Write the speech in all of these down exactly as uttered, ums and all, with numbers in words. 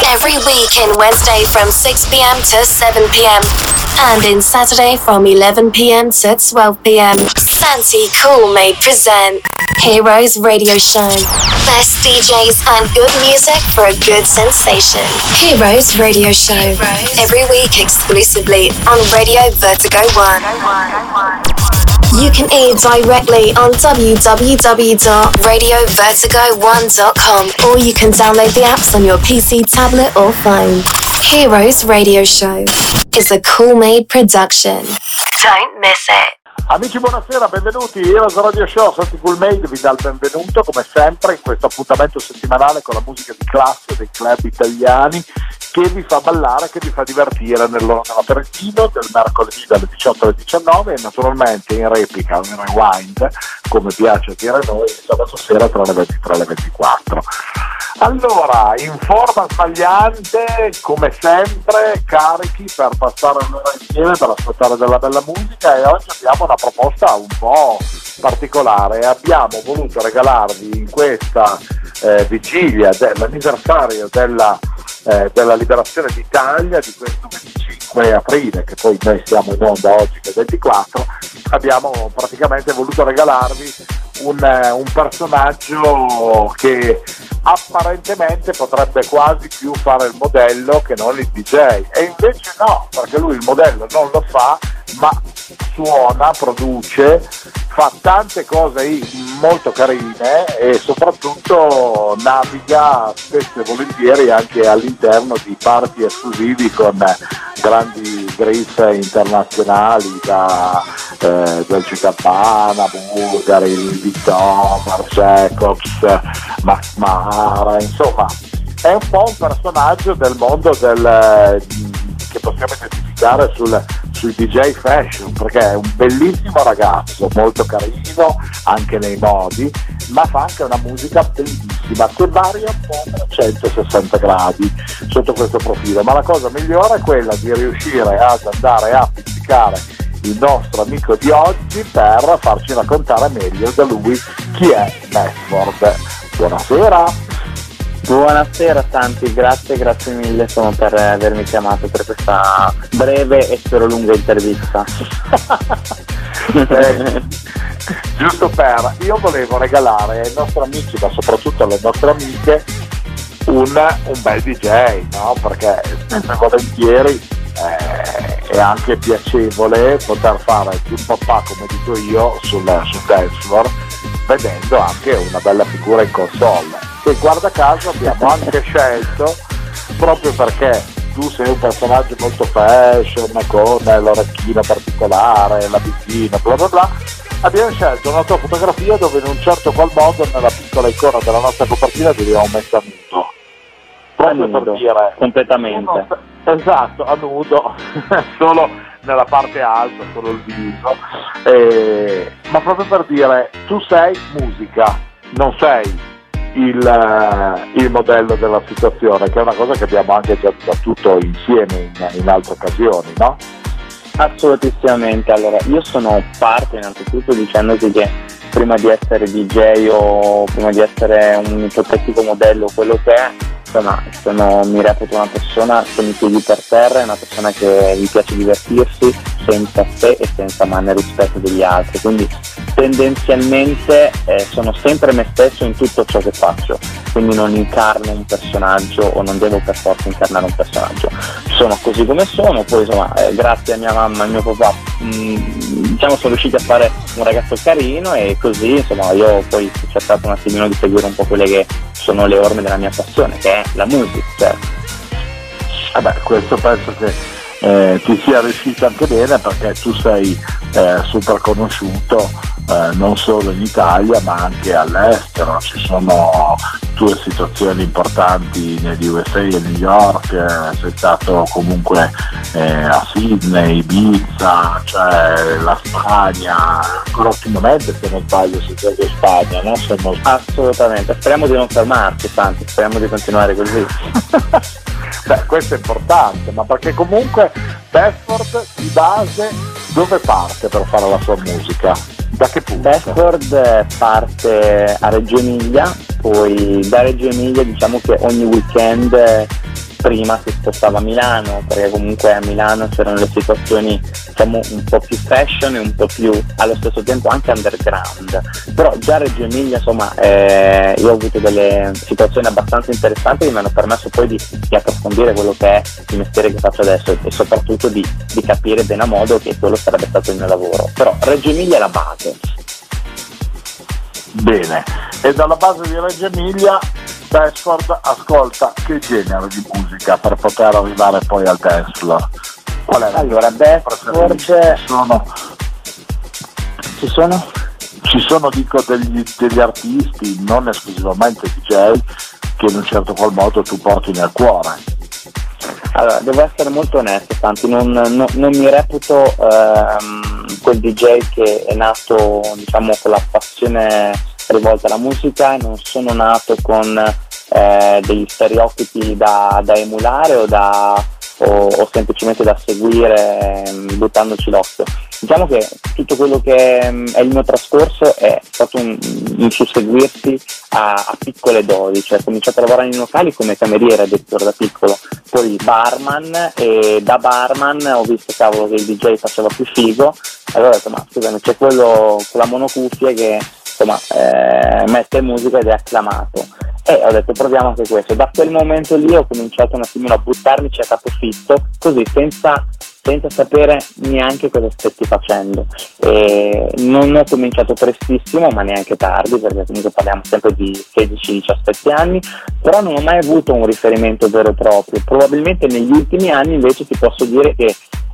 Every week in Wednesday from six p.m. to seven p.m. and in Saturday from eleven p.m. to twelve p.m. Santi Coolmade present Heroes Radio Show. Best D Js and good music for a good sensation. Heroes Radio Show. Heroes. Every week exclusively on Radio Vertigo One. You can hear directly on w w w dot radio vertigo one dot com or you can download the apps on your P C, tablet or phone. Heroes Radio Show is a Coolmade production. Don't miss it. Amici, buonasera, benvenuti. Heroes Radio Show, Santi Coolmade vi dà il benvenuto come sempre in questo appuntamento settimanale con la musica di classe dei club italiani che vi fa ballare, che vi fa divertire nell'ora dell'aperitivo del mercoledì dalle diciotto alle diciannove e naturalmente in replica o in rewind, come piace dire noi, il sabato sera tra le ventitré e le ventiquattro. Allora, in forma sbagliante, come sempre, carichi per passare un'ora insieme, per ascoltare della bella musica, e oggi abbiamo una proposta un po' particolare. Abbiamo voluto regalarvi in questa eh, vigilia dell'anniversario della, eh, della liberazione d'Italia di questo venticinque aprile, che poi noi siamo in onda oggi che è ventiquattro, abbiamo praticamente voluto regalarvi un, un personaggio che apparentemente potrebbe quasi più fare il modello che non il D J, e invece no, perché lui il modello non lo fa, ma suona, produce, fa tante cose molto carine e soprattutto naviga spesso e volentieri anche all'interno di party esclusivi con grandi griff internazionali da eh, Dolce and Gabbana, Bulgari, Vuitton, Marc Jacobs, Max Mara, insomma è un po' un personaggio del mondo del, che possiamo identificare sul, sui D J fashion, perché è un bellissimo ragazzo, molto carino anche nei modi, ma fa anche una musica bellissima che varia un po' a centosessanta gradi sotto questo profilo. Ma la cosa migliore è quella di riuscire ad andare a pizzicare il nostro amico di oggi per farci raccontare meglio da lui chi è Method. Buonasera. Buonasera Santi, grazie, grazie mille insomma, per avermi chiamato per questa breve e spero lunga intervista. eh, giusto per, io volevo regalare ai nostri amici, ma soprattutto alle nostre amiche, un, un bel D J, no? Perché sempre volentieri eh, è anche piacevole poter fare più papà, come dico io, sul, sul dance floor, vedendo anche una bella figura in console, che guarda caso abbiamo anche scelto proprio perché tu sei un personaggio molto fashion con l'orecchino particolare, l'abitino, bla bla bla. Abbiamo scelto una tua fotografia dove in un certo qual modo nella piccola icona della nostra copertina ti abbiamo messo a nudo, proprio a nudo, per dire completamente esatto, a nudo solo nella parte alta, solo il viso, eh, ma proprio per dire tu sei musica, non sei il, il modello della situazione, che è una cosa che abbiamo anche già dibattuto insieme in, in altre occasioni, no? Assolutissimamente. Allora, io sono parte innanzitutto dicendoti che prima di essere D J o prima di essere un ipotetico modello, quello che è, insomma, sono, mi reputo una persona con i piedi per terra, una persona che gli piace divertirsi senza sé e senza mano rispetto degli altri, quindi tendenzialmente eh, sono sempre me stesso in tutto ciò che faccio, quindi non incarno un personaggio o non devo per forza incarnare un personaggio, sono così come sono. Poi insomma eh, grazie a mia mamma e a mio papà mh, diciamo sono riusciti a fare un ragazzo carino, e così insomma io poi ho cercato un attimino di seguire un po' quelle che sono le orme della mia passione, che è la musica, certo. Vabbè, questo penso che eh, ti sia riuscito anche bene, perché tu sei eh, super conosciuto eh, non solo in Italia ma anche all'estero. Ci sono tue situazioni importanti negli U S A e New York, eh, sei stato comunque eh, a Sydney, Ibiza, cioè la Spagna, ancora ultimamente se non sbaglio sei stato in Spagna, no? Se non... Assolutamente, speriamo di non fermarci tanti, speriamo di continuare così. Beh, questo è importante, ma perché comunque Bedford di base dove parte per fare la sua musica? Da che punto? Bedford parte a Reggio Emilia, poi da Reggio Emilia diciamo che ogni weekend prima si spostava a Milano, perché comunque a Milano c'erano le situazioni, diciamo, un po' più fashion e un po' più allo stesso tempo anche underground. Però già a Reggio Emilia, insomma, eh, io ho avuto delle situazioni abbastanza interessanti che mi hanno permesso poi di, di approfondire quello che è il mestiere che faccio adesso e soprattutto di, di capire bene a modo che quello sarebbe stato il mio lavoro. Però Reggio Emilia è la base. Bene, e dalla base di Reggio Emilia Besford ascolta che genere di musica per poter arrivare poi al dance floor? Qual è la allora Besford ci sono ci sono ci sono dico degli, degli artisti, non esclusivamente D J, che in un certo qual modo tu porti nel cuore. Allora, devo essere molto onesto, Santi, non, non, non mi reputo ehm, quel D J che è nato, diciamo, con la passione rivolta alla musica, non sono nato con eh, degli stereotipi da, da emulare o, da, o, o semplicemente da seguire eh, buttandoci l'occhio. Diciamo che tutto quello che è il mio trascorso è stato un, un susseguirsi a, a piccole dosi, cioè ho cominciato a lavorare in locali come cameriere addirittura da piccolo, poi barman, e da barman ho visto, cavolo, che il D J faceva più figo, allora ho detto ma scusami, c'è quello con la monocuffia che insomma eh, mette musica ed è acclamato, e ho detto proviamo anche questo. Da quel momento lì ho cominciato un attimino a buttarmici a capofitto, così senza senza sapere neanche cosa stessi facendo. E non ho cominciato prestissimo, ma neanche tardi, perché comunque parliamo sempre di sedici diciassette anni, però non ho mai avuto un riferimento vero e proprio. Probabilmente negli ultimi anni invece ti posso dire che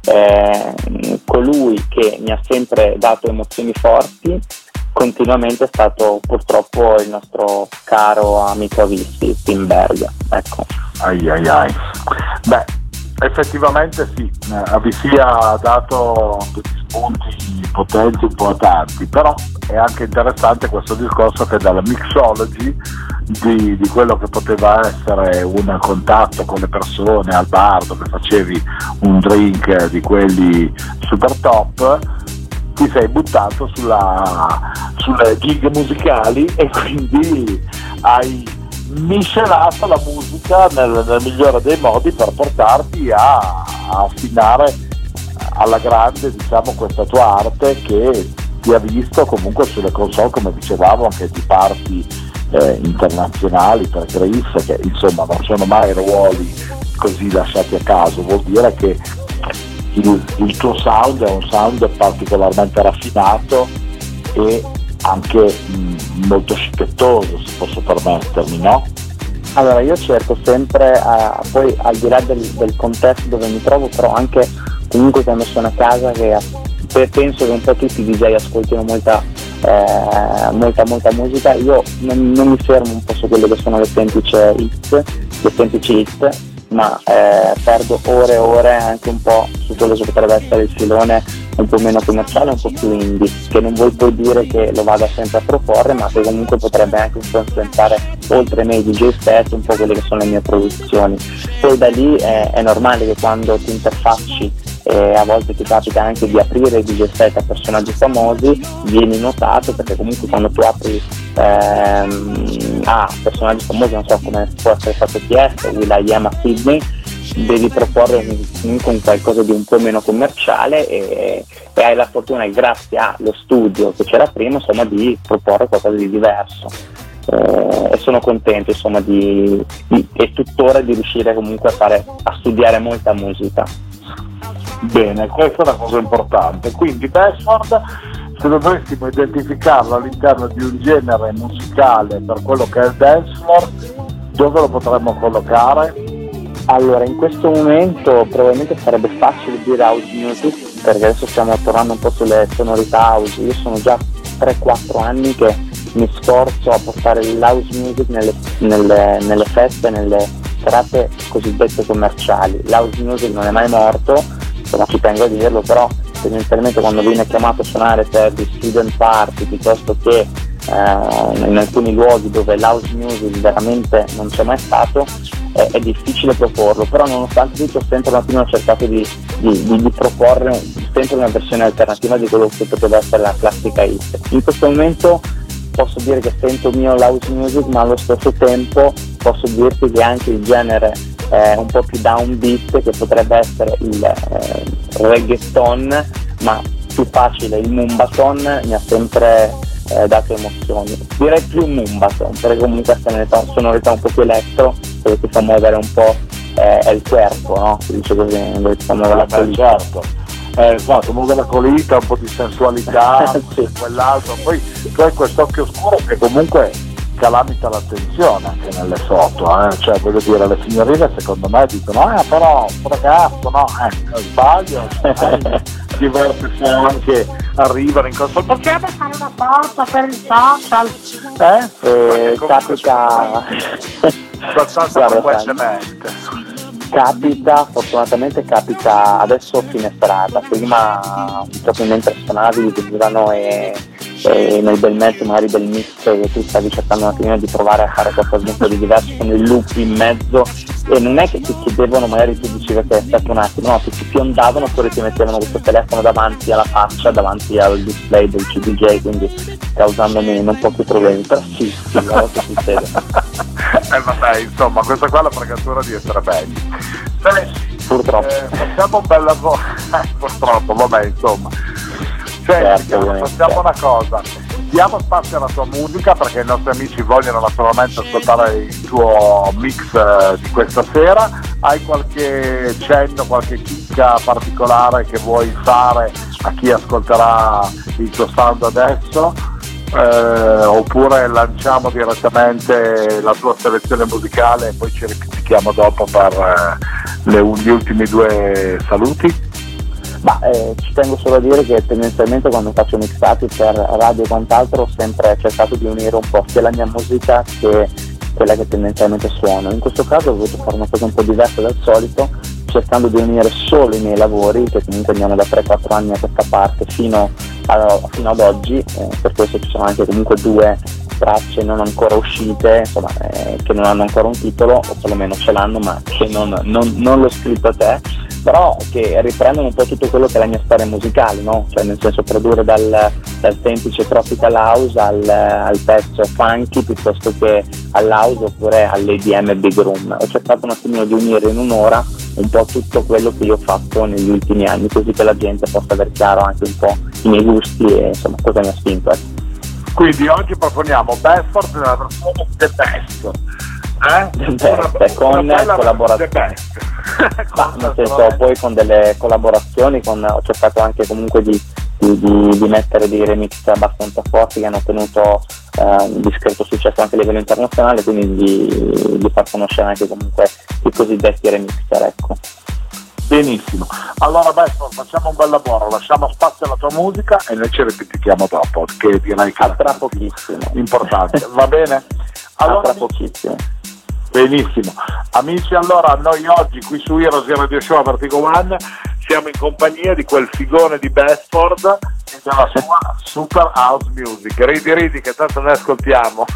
eh, colui che mi ha sempre dato emozioni forti continuamente è stato purtroppo il nostro caro amico Avissi, Tim Berg. Ecco. Ai ai ai. Beh, effettivamente sì, Avissi ha dato degli spunti potenti un po' a tanti, però è anche interessante questo discorso che dalla mixology di, di quello che poteva essere un contatto con le persone al bar dove facevi un drink di quelli super top, ti sei buttato sulla, sulle gig musicali e quindi hai miscelato la musica nel, nel migliore dei modi per portarti a, a affinare alla grande, diciamo, questa tua arte che ti ha visto comunque sulle console, come dicevamo, anche di parti eh, internazionali per Chris, che insomma non sono mai ruoli così lasciati a caso, vuol dire che il, il tuo sound è un sound particolarmente raffinato e anche mh, molto scicchettoso, se posso permettermi, no? Allora io cerco sempre, uh, poi al di là del, del contesto dove mi trovo, però anche comunque quando sono a casa, che penso che un po' tutti i D J ascoltino molta, eh, molta, molta musica, io non, non mi fermo un po' su quelle che sono le semplici hits, le semplici hit, ma eh, perdo ore e ore anche un po' su quello che potrebbe essere il filone un po' meno commerciale, un po' più indie, che non vuol poi dire che lo vada sempre a proporre, ma che comunque potrebbe anche un po' influenzare, oltre ai miei D J stessi, un po' quelle che sono le mie produzioni. Poi da lì eh, è normale che quando ti interfacci e a volte ti capita anche di aprire i D J set a personaggi famosi, vieni notato, perché comunque quando tu apri ehm, a personaggi famosi, non so come può essere stato chiesto, will.i.am a Sydney, devi proporre comunque un qualcosa di un po' meno commerciale e, e hai la fortuna, grazie allo studio che c'era prima, insomma, di proporre qualcosa di diverso. Eh, e sono contento, insomma, di, di, e tuttora di riuscire comunque a fare a studiare molta musica. Bene, questa è una cosa importante. Quindi Besford, se dovessimo identificarlo all'interno di un genere musicale per quello che è il dance floor, dove lo potremmo collocare? Allora, in questo momento probabilmente sarebbe facile dire house music, perché adesso stiamo tornando un po' sulle sonorità house. Io sono già tre quattro anni che mi sforzo a portare l'house music nelle, nelle, nelle feste, nelle serate cosiddette commerciali. L'house music non è mai morto, insomma, ci tengo a dirlo, però tendenzialmente quando viene chiamato a suonare per di student party piuttosto che eh, in alcuni luoghi dove l'house music veramente non c'è mai stato, è, è difficile proporlo, però nonostante tutto ho sempre un attimo cercato di, di, di, di proporre sempre una versione alternativa di quello che poteva essere la classica hit. In questo momento posso dire che sento mio l'house music, ma allo stesso tempo posso dirti che anche il genere eh, un po' più downbeat, che potrebbe essere il eh, reggaeton, ma più facile. Il Moombahton mi ha sempre eh, dato emozioni, direi più Moombahton, perché comunque è una sonorità un po' più elettro, quello che fa muovere un po' eh, è il corpo, no? Si dice così, quello che fa muovere la colita. Certo. Eh, no, comunque la colita, un po' di sensualità, sì. Quell'altro, poi tu hai quest'occhio scuro che comunque calamita l'attenzione anche nelle foto, eh? Cioè voglio dire, le signorine secondo me dicono ah però ragazzo no, eh, sbaglio, eh, diverse anche arrivano in console, possiamo fare una foto per il social, eh? eh capita abbastanza frequentemente. Capita, fortunatamente capita adesso fine serata, prima proprio mentre suonavi venivano e, e nel bel mezzo magari del mix che tu stavi cercando un attimino di provare a fare qualcosa di diverso con il loop in mezzo, e non è che ti chiedevano, magari tu dicevi che aspetta un attimo, no, ti si fiondavano oppure ti mettevano questo telefono davanti alla faccia, davanti al display del C D J, quindi causandomi non pochi problemi, però sì, sì, a volte succede. Eh vabbè, insomma, questa qua è la fregatura di essere belli. Senti, purtroppo. Eh, facciamo un bel lavoro, eh, purtroppo, vabbè, insomma. Senti, certo, facciamo una cosa, diamo spazio alla tua musica perché i nostri amici vogliono naturalmente ascoltare il tuo mix eh, di questa sera. Hai qualche cenno, qualche chicca particolare che vuoi fare a chi ascolterà il tuo sound adesso? Eh, oppure lanciamo direttamente la tua selezione musicale e poi ci ripetiamo dopo per eh, le, gli ultimi due saluti? Ma eh, ci tengo solo a dire che tendenzialmente quando faccio mixati per radio e quant'altro ho sempre cercato di unire un po' sia la mia musica che quella che tendenzialmente suono. In questo caso ho voluto fare una cosa un po' diversa dal solito, cercando di unire solo i miei lavori, che comunque andiamo da tre quattro anni a questa parte fino, a, fino ad oggi, eh, per questo ci sono anche comunque due tracce non ancora uscite, insomma, eh, che non hanno ancora un titolo, o perlomeno ce l'hanno ma che non, non, non l'ho scritto a te, però che riprendono un po' tutto quello che è la mia storia musicale, no? Cioè nel senso produrre dal, dal semplice tropical house al, al pezzo funky piuttosto che all'house oppure all'E D M big room. Ho cercato un attimino di unire in un'ora un po' tutto quello che io ho fatto negli ultimi anni, così che la gente possa aver chiaro anche un po' i miei gusti e insomma cosa mi ha spinto. Eh. Quindi oggi proponiamo Bedford nella versione The Best, eh? The Best, con collaborazioni. Ma nel senso poi con delle collaborazioni, con, ho cercato anche comunque di, di, di, di mettere dei remix abbastanza forti che hanno ottenuto eh, discreto successo anche a livello internazionale, quindi di, di far conoscere anche comunque i cosiddetti remixer, ecco. Benissimo, allora Bedford, facciamo un bel lavoro, lasciamo spazio alla tua musica e noi ci ripetiamo dopo, che direi che a tra pochissimo importante, va bene? Allora, a tra pochissimo. Benissimo, amici, allora noi oggi qui su Heroes Radio Show a Vertigo One siamo in compagnia di quel figone di Bedford e della sua super house music. Ridi ridi che tanto ne ascoltiamo.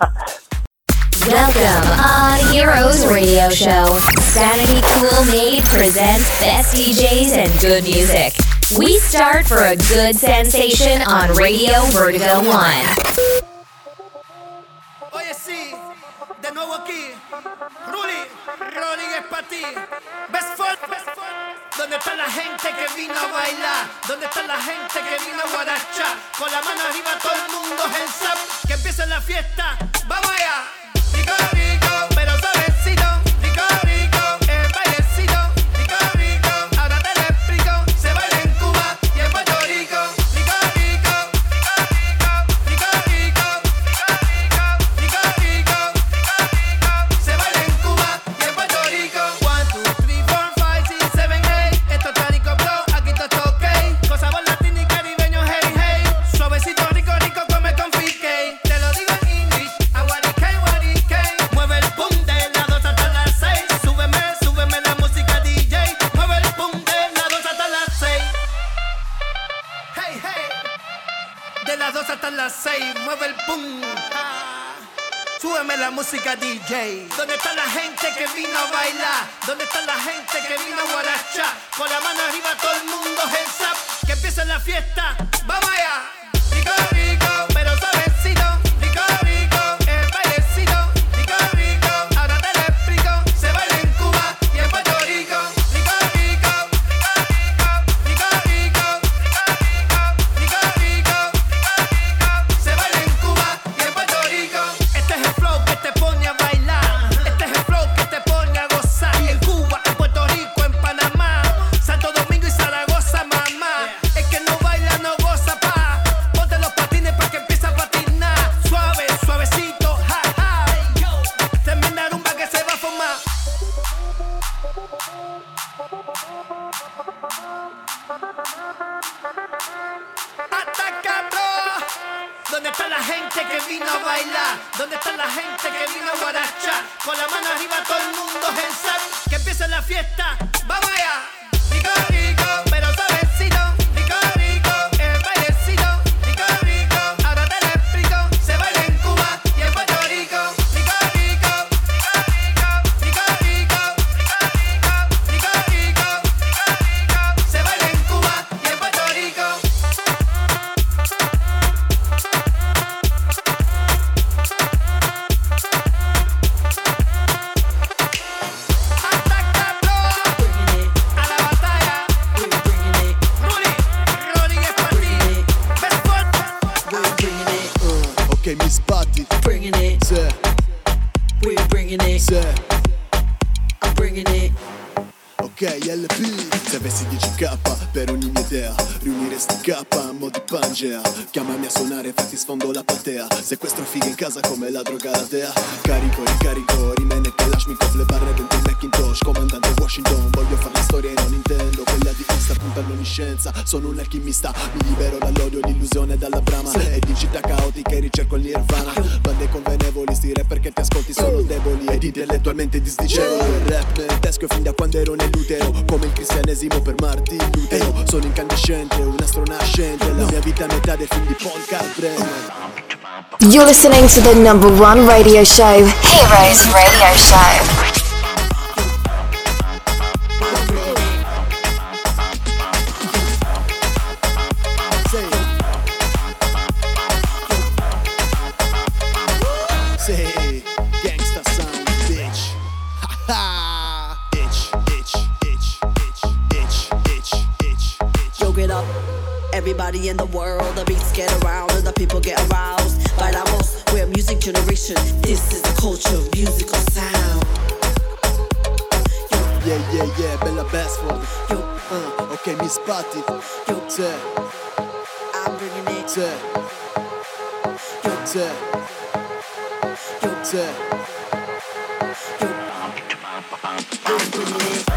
Welcome on Heroes Radio Show. Sanity Cool Made presents best D Js and good music. We start for a good sensation on Radio Vertigo One. Oye sí, de nuevo aquí. Ruli, Rolling es para ti. Bedford, donde está la gente que vino a bailar, donde está la gente que vino a guarachar, con la mano arriba todo el mundo hands up, que empiece la fiesta, vamos allá. Rico, rico, pero suavecito, rico, rico, el bailecito, rico, rico, ahora te lo explico, se baila en Cuba y en Puerto Rico, rico, rico, rico, rico, rico, rico, rico, se baila en Cuba y en Puerto Rico. One, two, three, four, five, six, seven, eight, esto está rico, bro, aquí todo está ok, con sabor latino y caribeño, hey, hey, suavecito, rico, rico, come con P K, te lo digo en English, aguarique, aguarique, mueve el pum de la dos hasta las seis, súbeme, súbeme la música D J, mueve el pum de la dos hasta las seis, hey, hey, de las dos hasta las seis, mueve el pum, ah. Súbeme la música D J. ¿Dónde está la gente que vino a bailar? ¿Dónde está la gente que vino a guarachar? Con la mano arriba todo el mundo hands up, que empiece la fiesta, vamos allá. Rico, rico, pero suavecito, rico, rico, el bailecito, rico, rico, ahora te lo explico, se baila en Cuba ¿Dónde está la gente que vino a bailar? ¿Dónde está la gente que vino a guarachar? Con la mano arriba todo el mundo en sal. Que empiece la fiesta, vamos allá. Rico, rico, pero suavecito. Rico, rico, el bailecito. Rico, rico, ahora te lo explico. Se baila en Cuba y en Puerto Rico. Rico, rico, rico, rico, rico, rico, rico, rico, rico. Se baila en Cuba y en Puerto Rico. Mi spatti, bringing it, sì. We're bringing it, sì. I'm bringing it. Ok, L P. Se avessi dieci k per ogni mia idea, riuniresti K a mo' di Pangea. Chiamami a suonare, infatti sfondo la platea. Sequestro figa in casa come la droga la dea. Carico, ricarico, rimane Kalashnikov, le barre dentro il Macintosh. Comandante Washington, voglio fare la storia e non intendo quella di Insta, punta all'onniscienza. Sono un alchimista, mi libero dall'odio, l'illusione dalla brama. Ed in città caotiche ricerco il nirvana. Bande convenevoli, sti rapper che ti ascolti sono deboli ed intellettualmente disdicevoli. Il rap nel teschio fin da quando ero nell'utero, come il cristianesimo per Martin Lutero. Sono incandescente, un astro nascente, la mia vita è metà dei film di Paul Kalkbrenner. You're listening to the number one radio show, Heroes Radio Show. Say, gangsta sound, bitch. Ha ha. Itch, itch, itch, itch, itch, itch, itch, itch. Yo, get up. Everybody in the world, the beats get around and the people get aroused. Bailamos, we're a music generation. This is the culture, musical sound. Yeah, yeah, yeah, bella Basford. Yo, uh, ok, mi spatti. Yo, sì. I'm bringing it. Sì. Yo, sì. Yo, sì. Yo, I'm bringing it.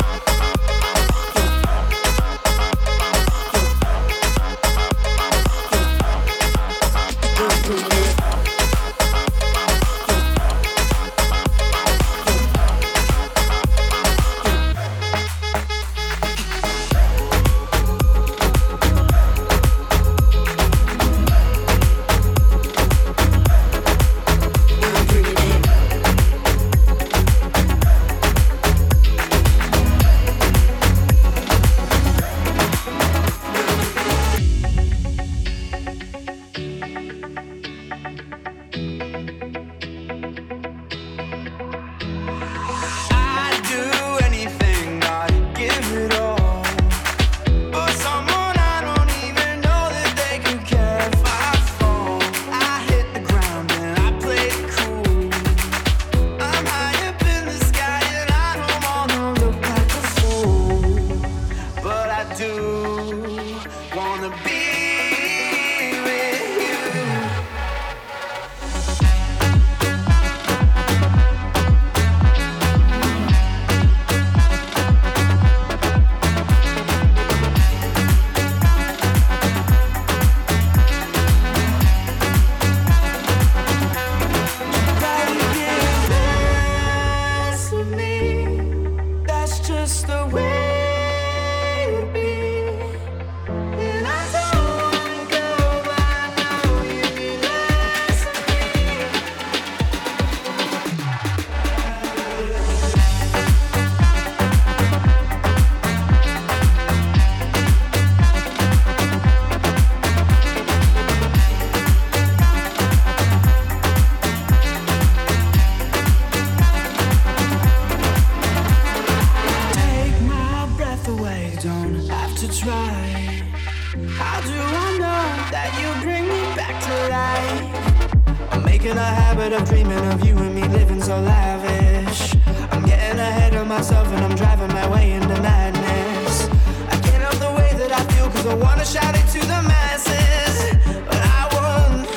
making a habit of dreaming of you and me living so lavish. I'm getting ahead of myself and I'm driving my way into madness. I can't help the way that I feel cause I wanna shout it to the masses. But I won't.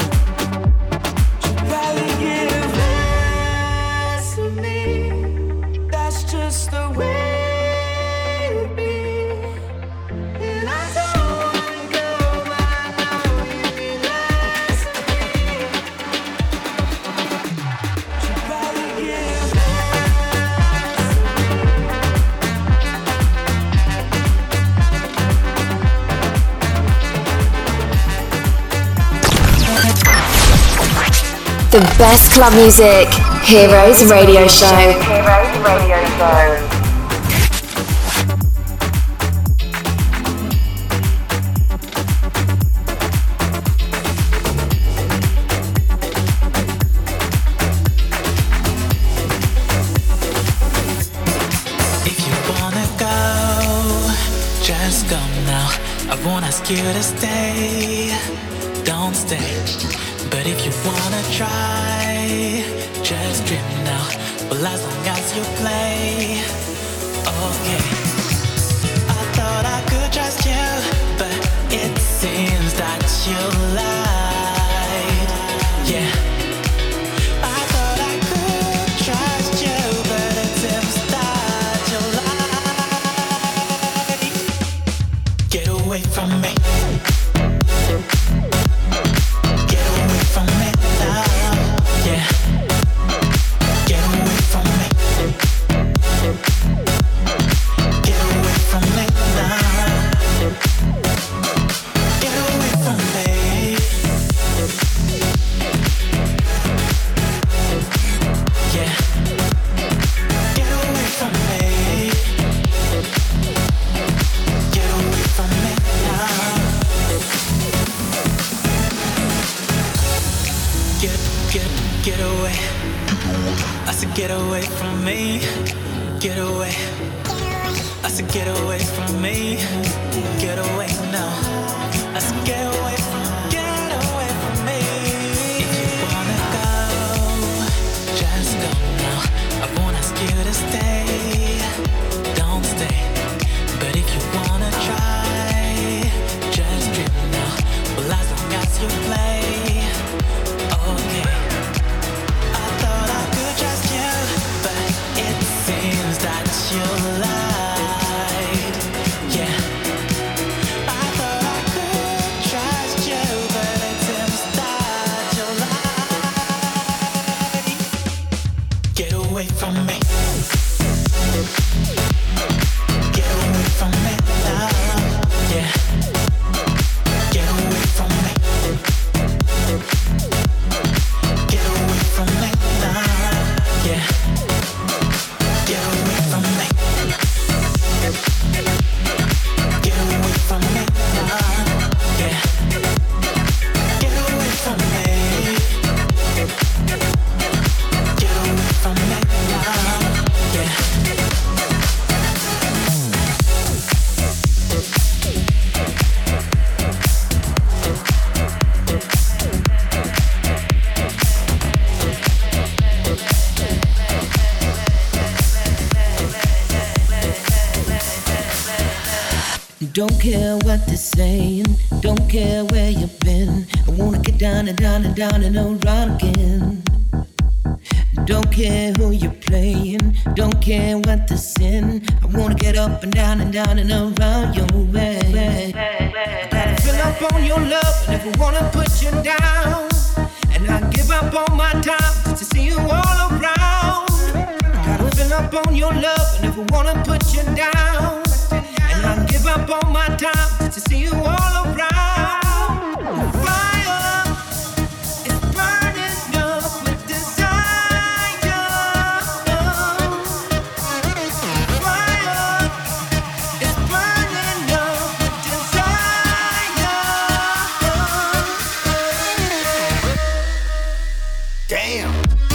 Should probably give less of me. That's just the way it be. And I don't wanna go, but I know you realize should probably give the best club music. Heroes Radio Show. Heroes Radio Show. If you wanna go, just go now. I won't ask you to stay. Don't stay. But if you wanna try, just dream now. Well, as long as you play, okay. I thought I could trust you, but it seems that you lied. Yeah. I thought I could trust you, but it seems that you lied. Get away from me. Get away from me, get away. I said get away from me, get away now. I said get away from, get away from me. If you wanna go, just go now. I won't ask you to stay, don't stay. But if you wanna try, just dream now. Well, as long as you play, okay. Seems that you lied, yeah. I thought I could trust you, but it seems that you lied. Get away from me. Get away from me now, yeah. Get away from me. Get away from me now, yeah. Get away from me. Get away from me now, yeah. Get away from me. Get away from me now, yeah. Don't care what they're saying, don't care where you've been. I wanna get down and down and down and around again. Don't care who you're playing, don't care what they're saying. I wanna get up and down and down and around your way. I gotta fill up on your love and if I wanna put you down. And I give up on my time just to see you all around. I gotta fill up on your love and if I wanna put you down. And I give up on my time to see you all around. Fire is burning up with desire. Fire is burning up with desire. Damn.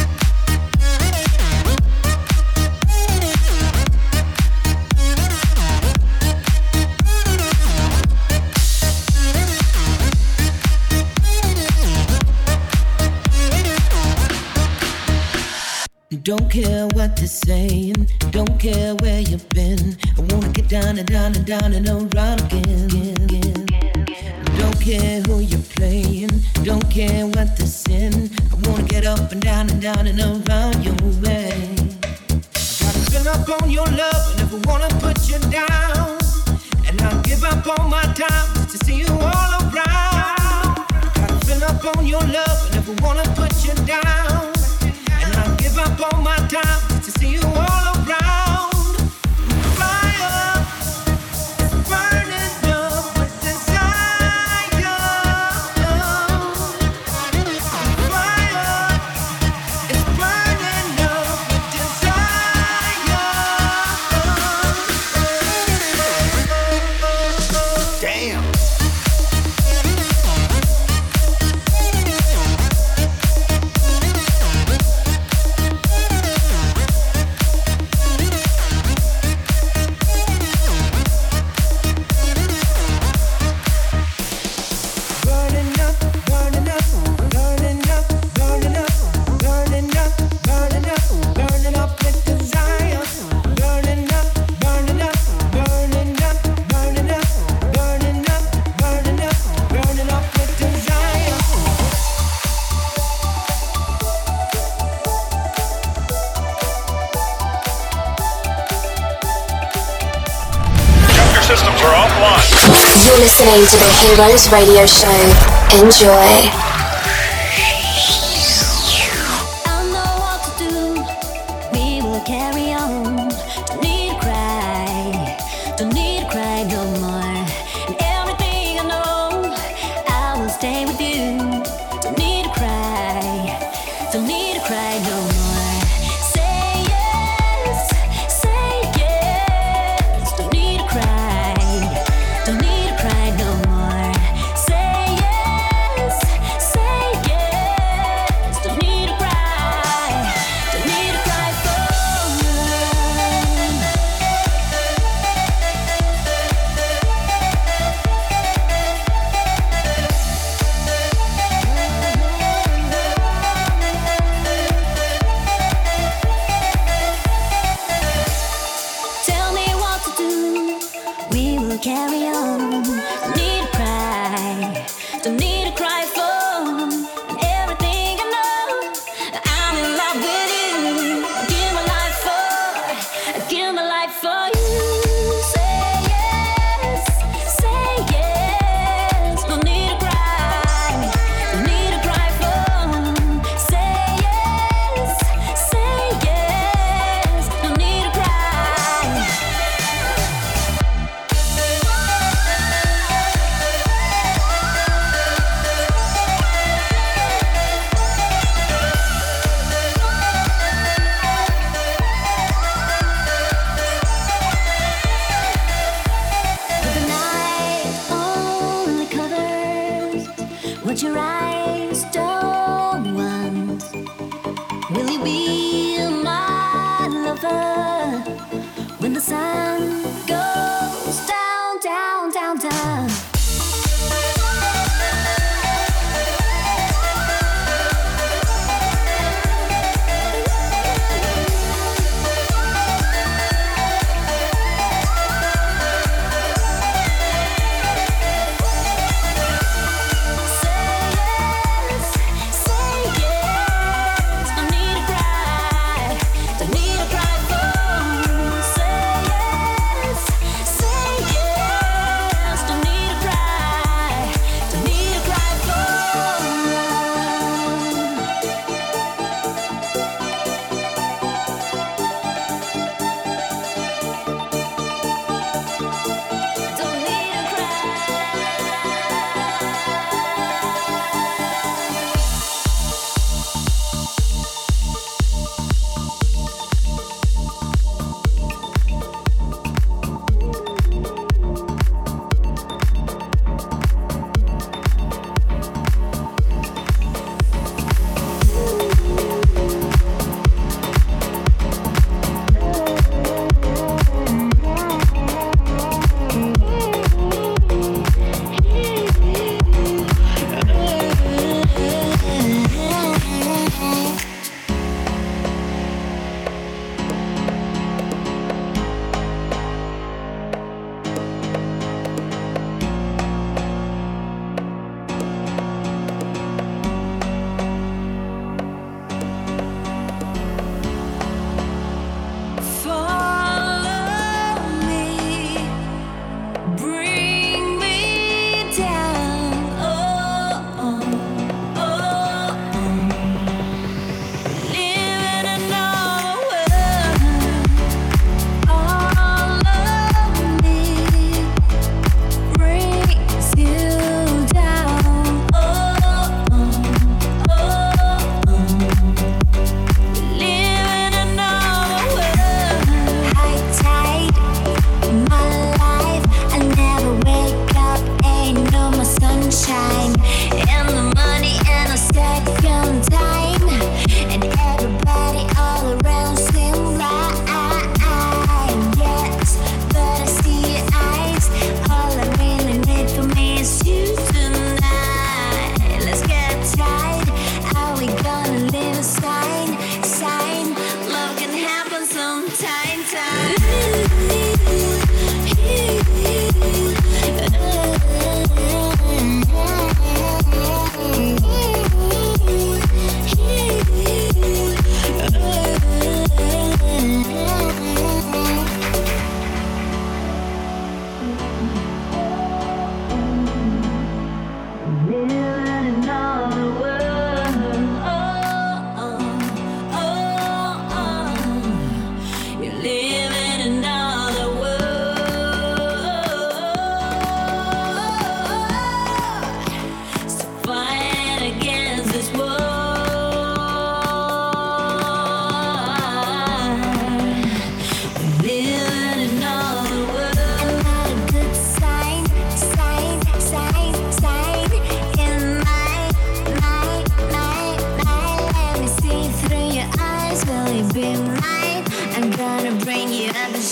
Don't care what they're saying, don't care where you've been. I wanna get down and down and down and around again. Don't care who you're playing, don't care what they're saying. I wanna get up and down and down and around your way. I gotta fill fill up on your love and never wanna put you down. And I'll give up all my time to see you all around. Gotta fill up on your love and never wanna put you down. And I'll give up all my time to see you all around. Fire is burning up with desire. Fire is burning up with desire. Damn. Burning up, burning up, burning up, burning up, burning up, burning up, burning up with desire. Burning up, burning up, burning up, burning up, burning up, burning up, burning up with desire. Your systems are offline. You're listening to the Heroes Radio Show. Enjoy. I know what to do. We will carry on. Don't need to cry. Don't need to cry no more. And everything I know, I will stay with you. Don't need to cry. Don't need to cry no more. Say yes. Say yes. Don't need to cry. Don't need to cry no more. Say yes. Say yes. Don't need to cry. Don't need to cry for Tell me what to do. We will carry on. Don't need to cry. Don't need to cry for everything I know. I'm in love with you. I give my life for. I give my life for you. Say yes. Say yes. Don't need to cry. Don't need to cry for. Say yes. Say yes. Don't need to cry.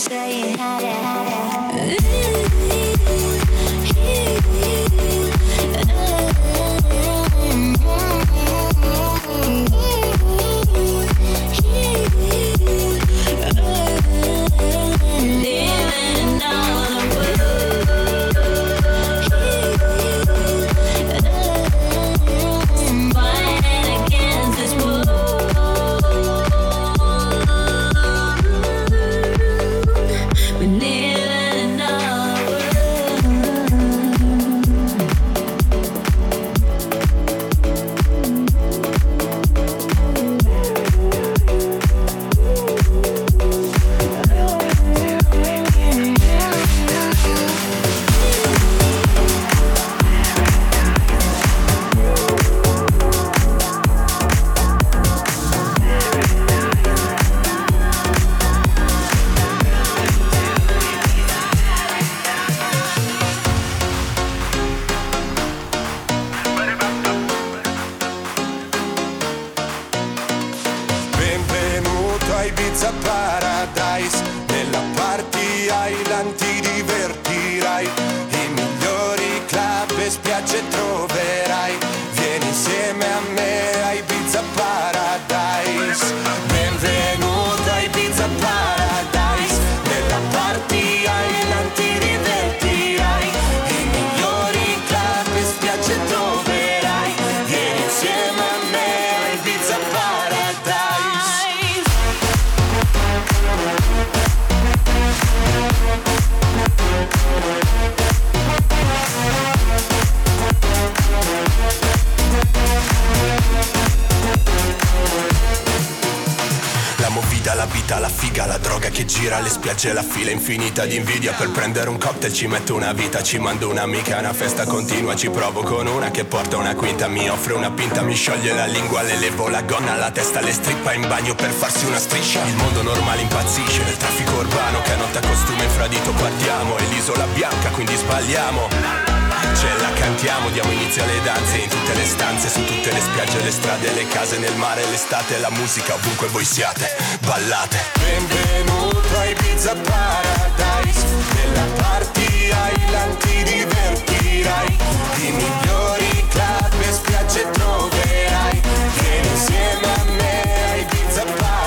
Le spiagge, la fila infinita di invidia. Per prendere un cocktail ci metto una vita. Ci mando un'amica, una festa continua. Ci provo con una che porta una quinta. Mi offre una pinta, mi scioglie la lingua. Le levo la gonna, la testa le strippa in bagno per farsi una striscia. Il mondo normale impazzisce nel traffico urbano. Canotta, costume, infradito, partiamo. È l'isola bianca, quindi sbagliamo. Ce la cantiamo, diamo inizio alle danze. In tutte le stanze, su tutte le spiagge, le strade, le case, nel mare, l'estate. La musica ovunque voi siate, ballate. Benvenuto a Ibiza Paradise. Nella party island ti divertirai. I migliori club e spiagge troverai. Vieni insieme a me a Ibiza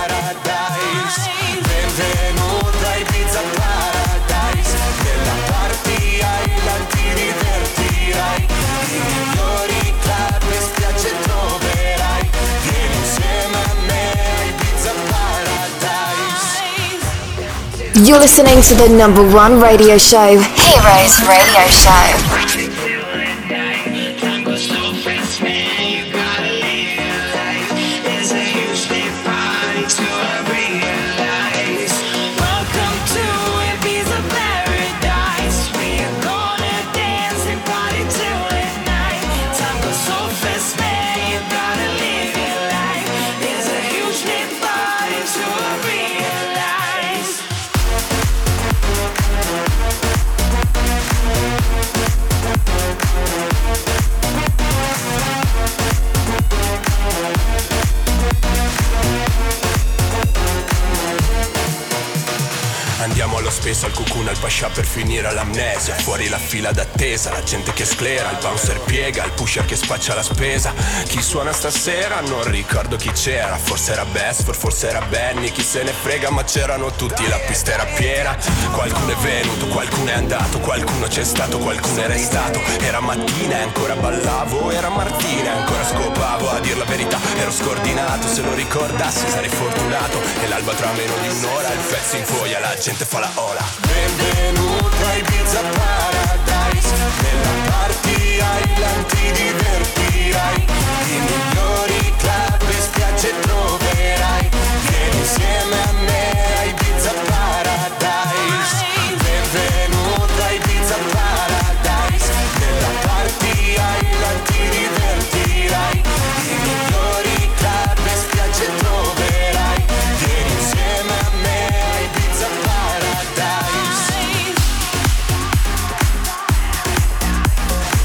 Paradise. Benvenuto a Ibiza Paradise. Nella party island ti divertirai. I migliori club e spiagge troverai. Vieni insieme a me a Ibiza Paradise. You're listening to the number one radio show, Heroes Radio Show. Andiamo allo spesso, al cucuna, al pascià per finire all'amnesia. Fuori la fila d'attesa, la gente che sclera, il bouncer piega, il pusher che spaccia la spesa. Chi suona stasera? Non ricordo chi c'era. Forse era Bestford, forse era Benny, chi se ne frega, ma c'erano tutti, la pista era piena. Qualcuno è venuto, qualcuno è andato, qualcuno c'è stato, qualcuno è restato. Era mattina e ancora ballavo, era Martina e ancora scopavo. A dir la verità ero scordinato, se lo ricordassi sarei fortunato. E l'alba tra meno di un'ora, il pezzo in foglia, la gente fa la ola. Benvenuto a Ibiza Paradise. Nella party island ti divertirai. I migliori club e spiagge troverai. Vieni insieme a me a Ibiza Paradise. Benvenuto a Ibiza Paradise. Nella party island ti divertirai. I migliori club e spiagge troverai. Vieni insieme a me a Ibiza Paradise.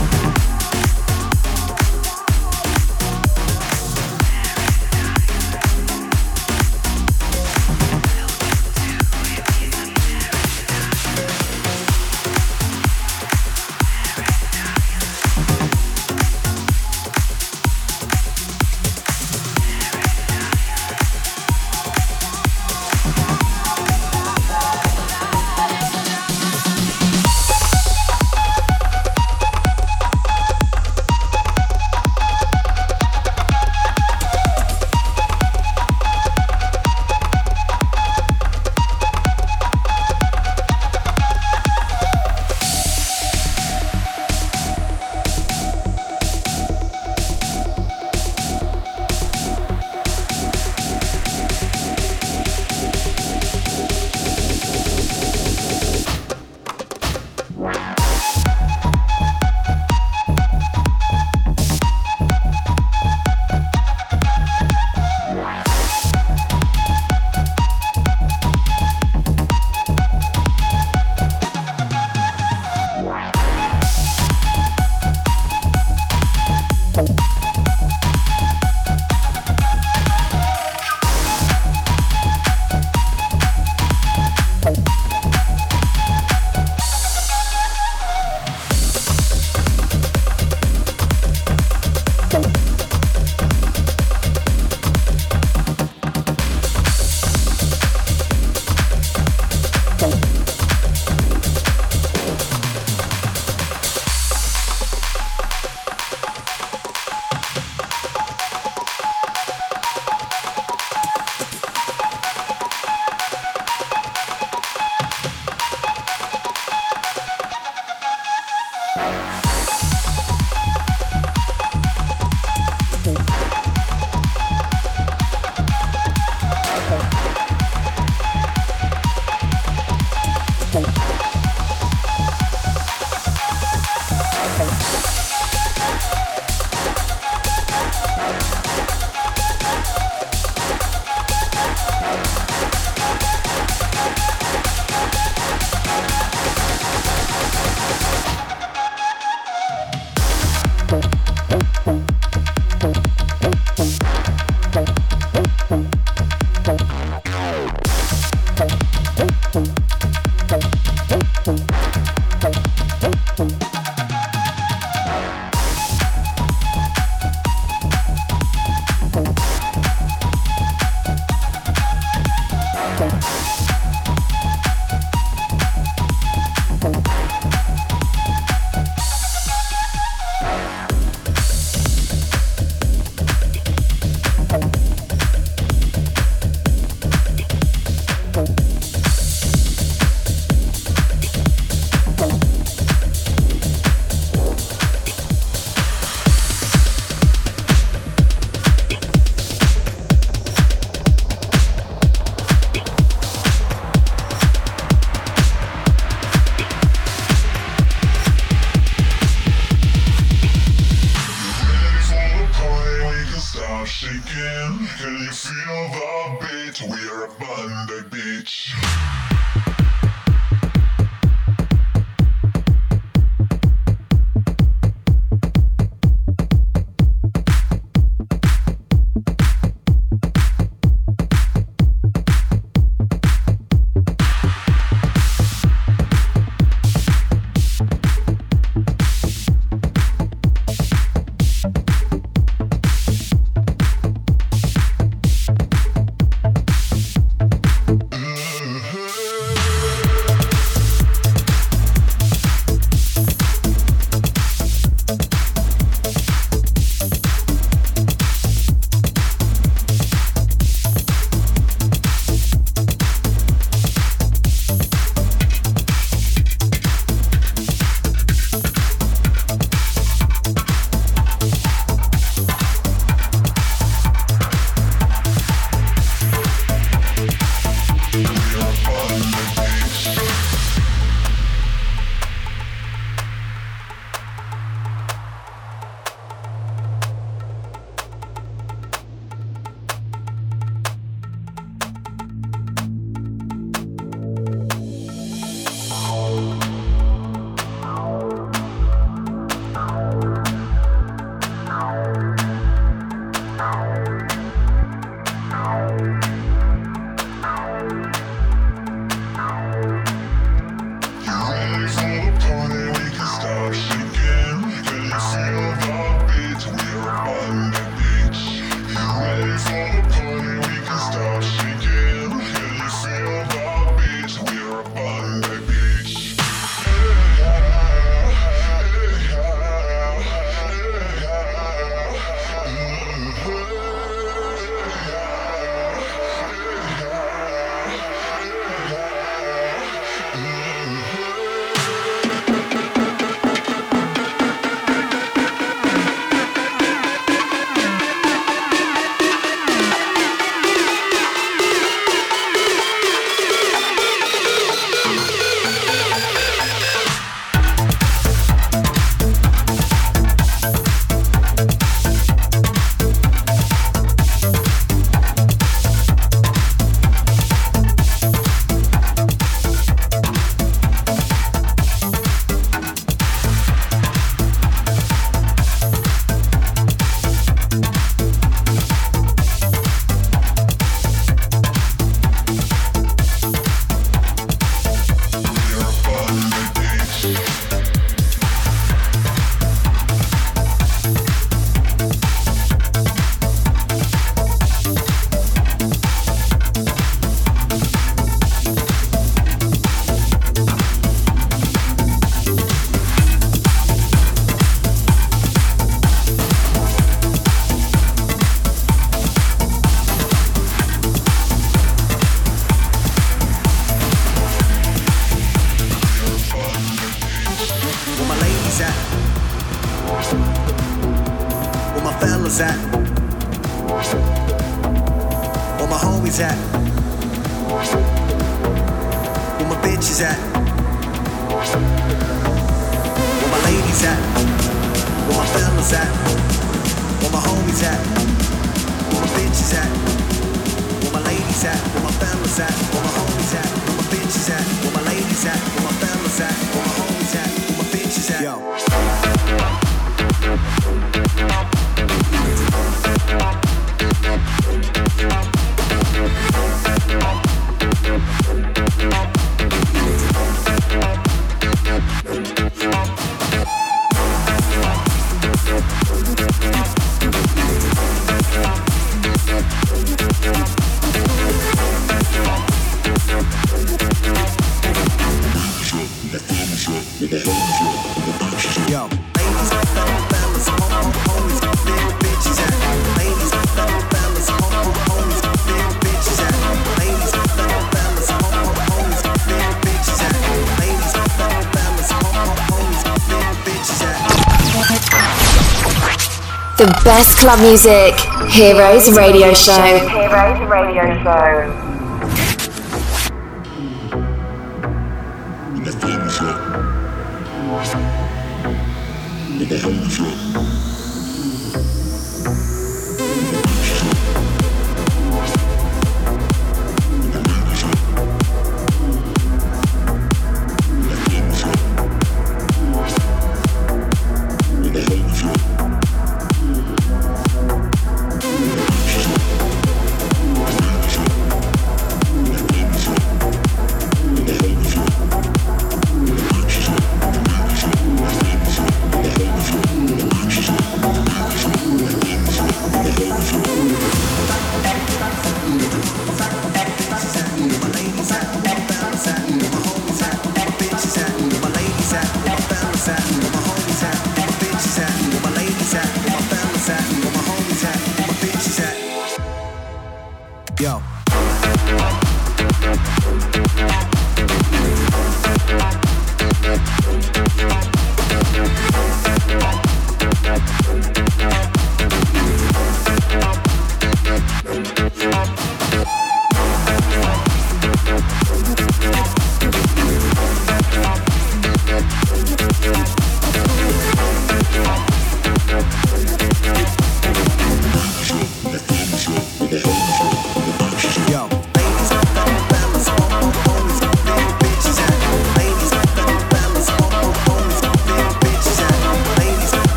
The best club music. Heroes Radio Show. Heroes Radio Show.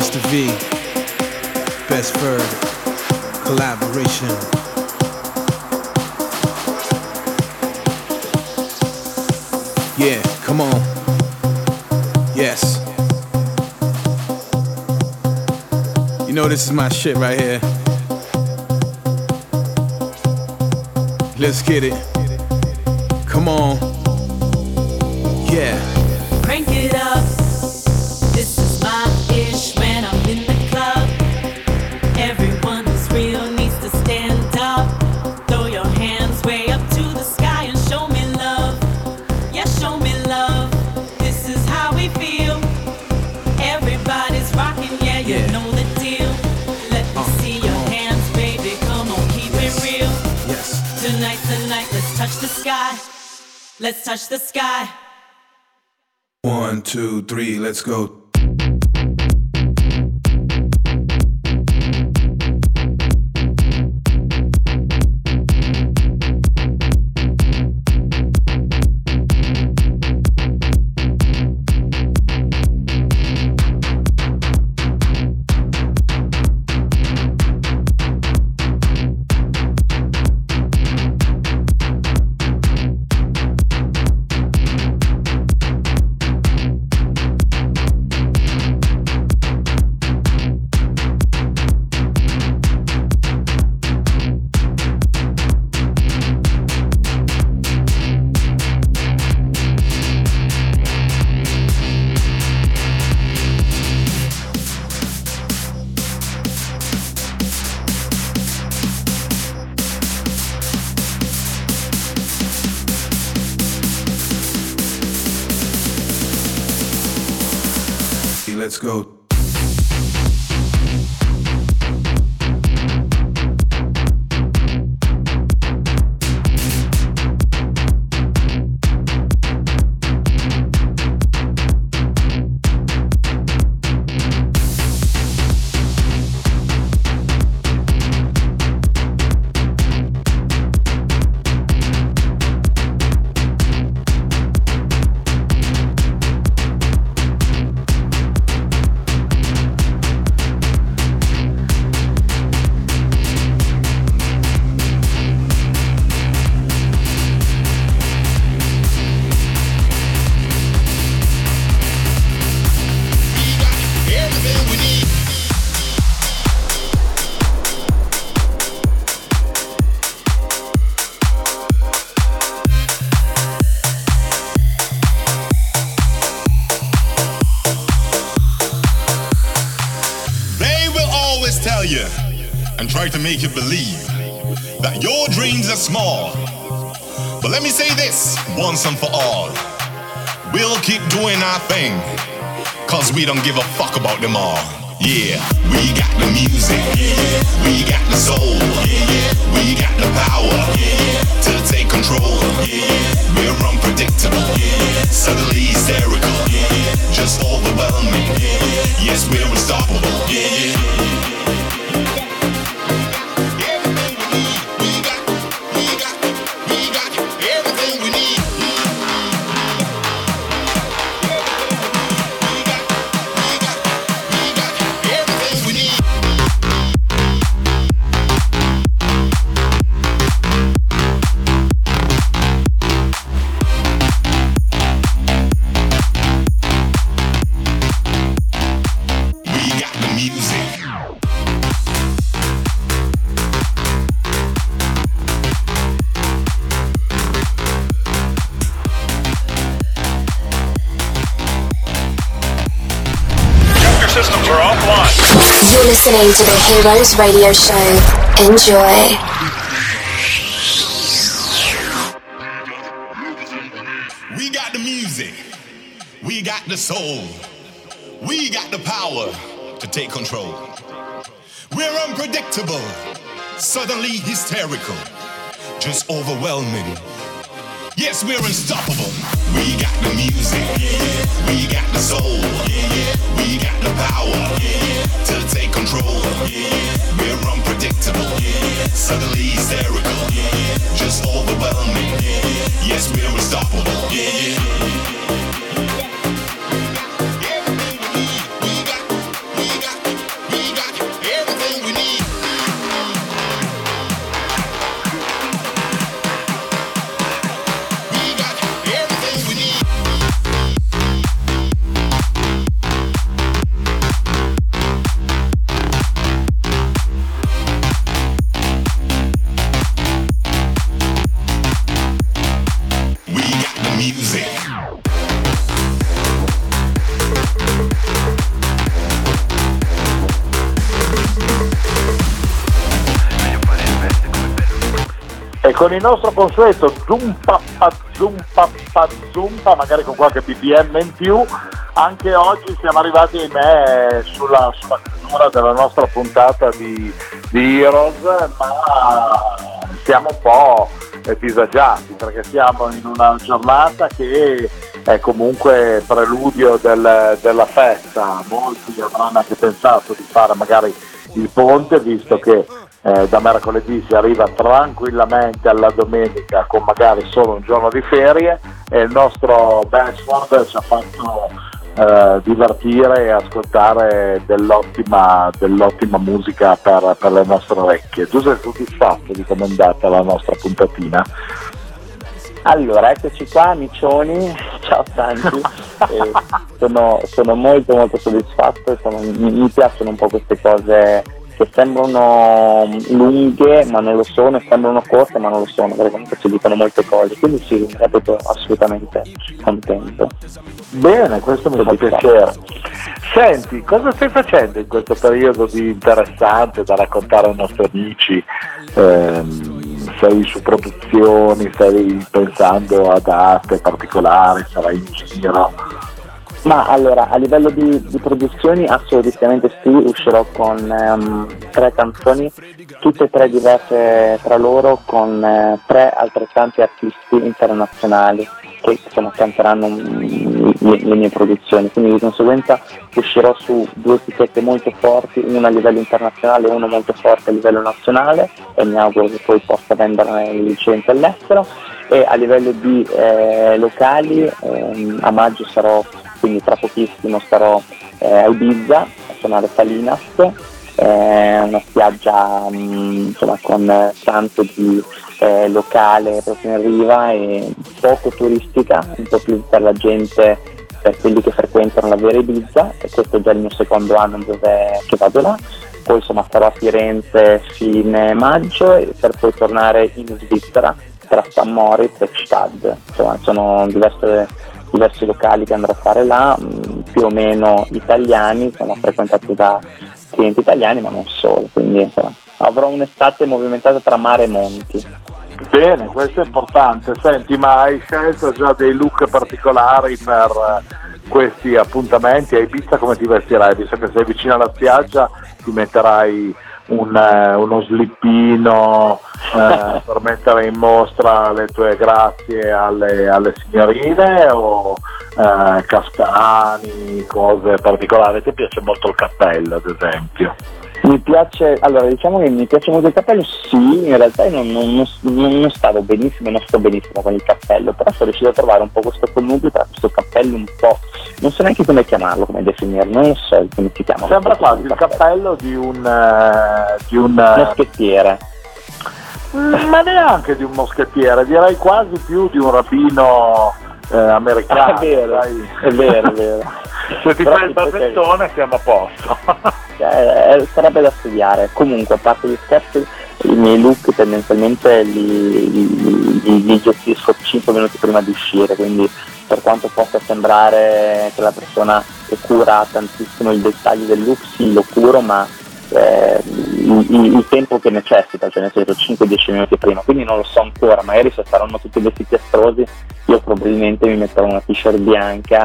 Mister V, Best Bird, collaboration. Yeah, come on. Yes. You know this is my shit right here. Let's get it. Come on. Yeah. Crank it up. This is my ish when I'm in the club. Everyone who's real needs to stand up. Throw your hands way up to the sky and show me love. Yeah, show me love. This is how we feel. Everybody's rocking, yeah, you Yeah. know the deal. Let me see your hands, baby. Come on, keep it real. Yes. Tonight, tonight, let's touch the sky. Let's touch the sky. One, two, three, let's go. Let's go. To make you believe that your dreams are small. But let me say this once and for all. We'll keep doing our thing, cause we don't give a fuck about them all. Yeah, we got the music, we got the soul, we got the power to take control. We're unpredictable, suddenly hysterical, just overwhelming. Yes, we're unstoppable. You're listening to the Heroes Radio Show. Enjoy. We got the music. We got the soul. We got the power to take control. We're unpredictable, suddenly hysterical, just overwhelming. Yes, we're unstoppable. We got the music, we got the soul, we got the power to take control. We're unpredictable, suddenly hysterical, just overwhelming. Yes, we're unstoppable. We got, we got, we got con il nostro consueto zumpa zumpa zumpa, magari con qualche B P M in più. Anche oggi siamo arrivati, ahimè, sulla, sulla chiusura della nostra puntata di, di Heroes, ma siamo un po' disagiati perché siamo in una giornata che è comunque preludio del, della festa. Molti avranno anche pensato di fare magari il ponte, visto che eh, da mercoledì si arriva tranquillamente alla domenica con magari solo un giorno di ferie, e il nostro Basford ci ha fatto eh, divertire e ascoltare dell'ottima, dell'ottima musica per, per le nostre orecchie. Tu sei soddisfatto di come è andata la nostra puntatina? Allora, eccoci qua, amicioni, ciao Santi, eh, sono, sono molto molto soddisfatto, sono, mi, mi piacciono un po' queste cose che sembrano lunghe ma non lo sono, e sembrano corte ma non lo sono, perché comunque ci dicono molte cose, quindi sì, reputo assolutamente contento. Bene, questo mi fa piacere. Senti, cosa stai facendo in questo periodo di interessante da raccontare ai nostri amici? Ehm, sei su produzioni, stai pensando a date particolari, sarai in giro? Ma allora, a livello di, di produzioni assolutamente sì, uscirò con um, tre canzoni, tutte e tre diverse tra loro, con eh, tre altrettanti artisti internazionali che insomma canteranno mm, le, le mie produzioni, quindi di conseguenza uscirò su due etichette molto forti, una a livello internazionale e una molto forte a livello nazionale, e mi auguro che poi possa vendere le licenze all'estero. E a livello di eh, locali, ehm, a maggio sarò, quindi tra pochissimo sarò eh, a Ibiza a suonare Salinas, eh, una spiaggia mh, insomma con tanto di eh, locale proprio in riva e poco turistica, un po' più per la gente, per quelli che frequentano la vera Ibiza, e questo è già il mio secondo anno dove che vado là. Poi insomma sarò a Firenze fine maggio, e per poi tornare in Svizzera tra San Moritz e Gstaad, insomma sono diverse, diversi locali che andrò a fare là, mh, più o meno italiani, sono frequentati da clienti italiani ma non solo, quindi insomma avrò un'estate movimentata tra mare e monti. Bene, questo è importante. Senti, ma hai scelto già dei look particolari per uh, questi appuntamenti? A Ibiza come ti vestirai? Visto che sei vicino alla spiaggia, ti metterai un, uh, uno slippino uh, per mettere in mostra le tue grazie alle, alle signorine, o uh, caftani, cose particolari? Ti piace molto il cappello, ad esempio? Mi piace, allora diciamo che mi piace molto il cappello, sì, in realtà non, non, non, non stavo benissimo, non sto benissimo con il cappello, però sono riuscito a trovare un po' questo connubio tra questo cappello un po', non so neanche come chiamarlo, come definirlo, non lo so come si chiama. Sembra quasi il cappello di un uh, di un uh, moschettiere. Ma neanche di un moschettiere, direi quasi più di un rabbino eh, americano. È vero, dai. è vero, è vero. Se ti fai il barbettone siamo a posto. Eh, sarebbe da studiare. Comunque, a parte gli scherzi, i miei look tendenzialmente li, li, li, li gestisco cinque minuti prima di uscire, quindi per quanto possa sembrare che la persona che cura tantissimo il dettaglio del look, sì, lo curo, ma eh, il, il tempo che necessita, cioè nel senso cinque dieci minuti prima, quindi non lo so ancora, magari se saranno tutti vestiti astrosi io probabilmente mi metterò una t-shirt bianca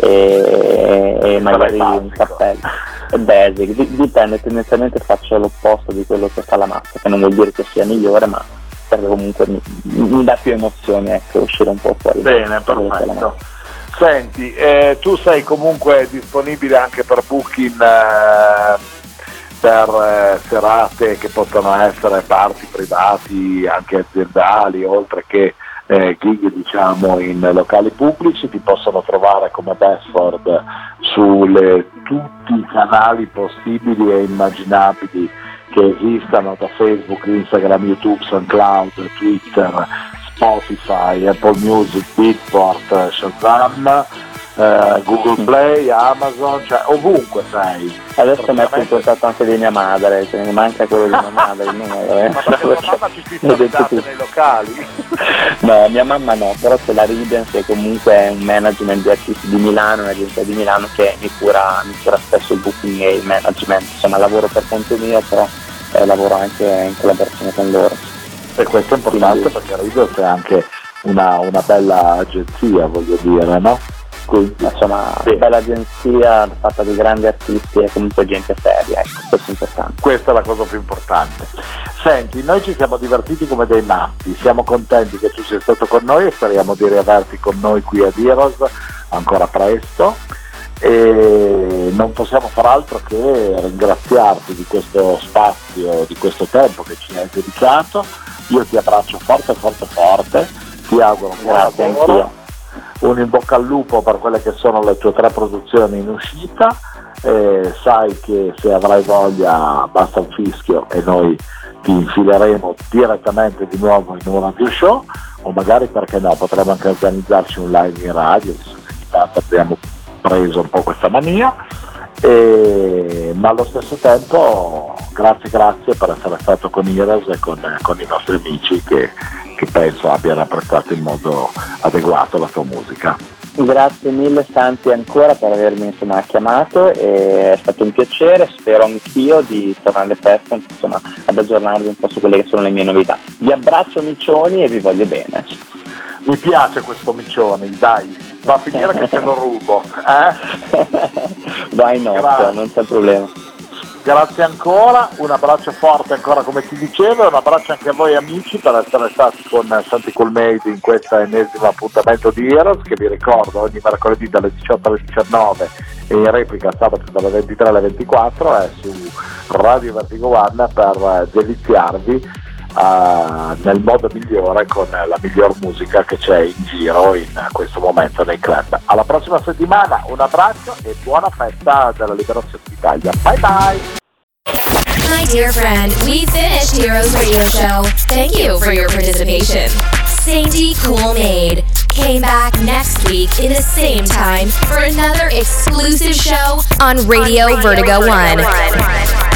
e, e magari un cappello. È basic, dipende, tendenzialmente faccio l'opposto di quello che fa la massa, che non vuol dire che sia migliore, ma perché comunque mi, mi dà più emozione, ecco, uscire un po' fuori. Bene, perfetto. Senti, eh, tu sei comunque disponibile anche per booking eh, per eh, serate che possono essere party privati, anche aziendali, oltre che eh, gig diciamo in locali pubblici. Ti possono trovare come Basford su tutti i canali possibili e immaginabili che esistano, da Facebook, Instagram, YouTube, SoundCloud, Twitter, Spotify, Apple Music, Beatport, Shazam, eh, Google Play, Amazon, cioè ovunque sei. Adesso metto in contatto anche di mia madre, cioè mi manca quello di mia madre, il numero, eh. Ma perché tua mamma ci spinge nei locali? No, mia mamma no, però c'è la Ridens, che comunque è un management di artisti di Milano, un'agenzia di Milano che mi cura, mi cura spesso il booking e il management, insomma lavoro per conto mio, però eh, lavoro anche in collaborazione con loro. E questo è importante perché Readers è anche una, una bella agenzia, voglio dire, no? Quindi, insomma, sì. Bella agenzia fatta di grandi artisti e comunque gente seria, ecco, questo è importante. Questa è la cosa più importante. Senti, noi ci siamo divertiti come dei matti, siamo contenti che tu sia stato con noi e speriamo di riaverti con noi qui ad Heroes ancora presto, e non possiamo far altro che ringraziarti di questo spazio, di questo tempo che ci hai dedicato. Io ti abbraccio forte forte forte, ti auguro un buon lavoro, un in bocca al lupo per quelle che sono le tue tre produzioni in uscita, eh, sai che se avrai voglia basta un fischio e noi ti infileremo direttamente di nuovo in un radio show, o magari, perché no, potremmo anche organizzarci un live in radio, visto che ogni tanto abbiamo preso un po' questa mania, e, ma allo stesso tempo grazie grazie per essere stato con Heroes e con, con i nostri amici che, che penso abbiano apprezzato in modo adeguato la tua musica. Grazie mille Santi ancora per avermi insomma chiamato, e è stato un piacere, spero anch'io di tornare alle feste, insomma, ad aggiornarvi un po' su quelle che sono le mie novità. Vi abbraccio miccioni e vi voglio bene. Mi piace questo miccioni, dai, va a finire che te lo rubo, eh? Vai no, non c'è problema. Grazie ancora, un abbraccio forte ancora come ti dicevo, e un abbraccio anche a voi amici per essere stati con Santi Cool Made in questo ennesimo appuntamento di Heroes, che vi ricordo ogni mercoledì dalle diciotto alle diciannove e in replica sabato dalle ventitré alle ventiquattro è su Radio Vertigo One per deliziarvi uh, nel modo migliore con la miglior musica che c'è in giro in questo momento nei club. Alla prossima settimana, un abbraccio e buona festa della Liberazione d'Italia. Bye bye! My dear friend, we finished Heroes Radio Show. Thank you for your participation. Sandy Cool Made came back next week in the same time for another exclusive show on Radio, on Radio Vertigo, Vertigo One. One.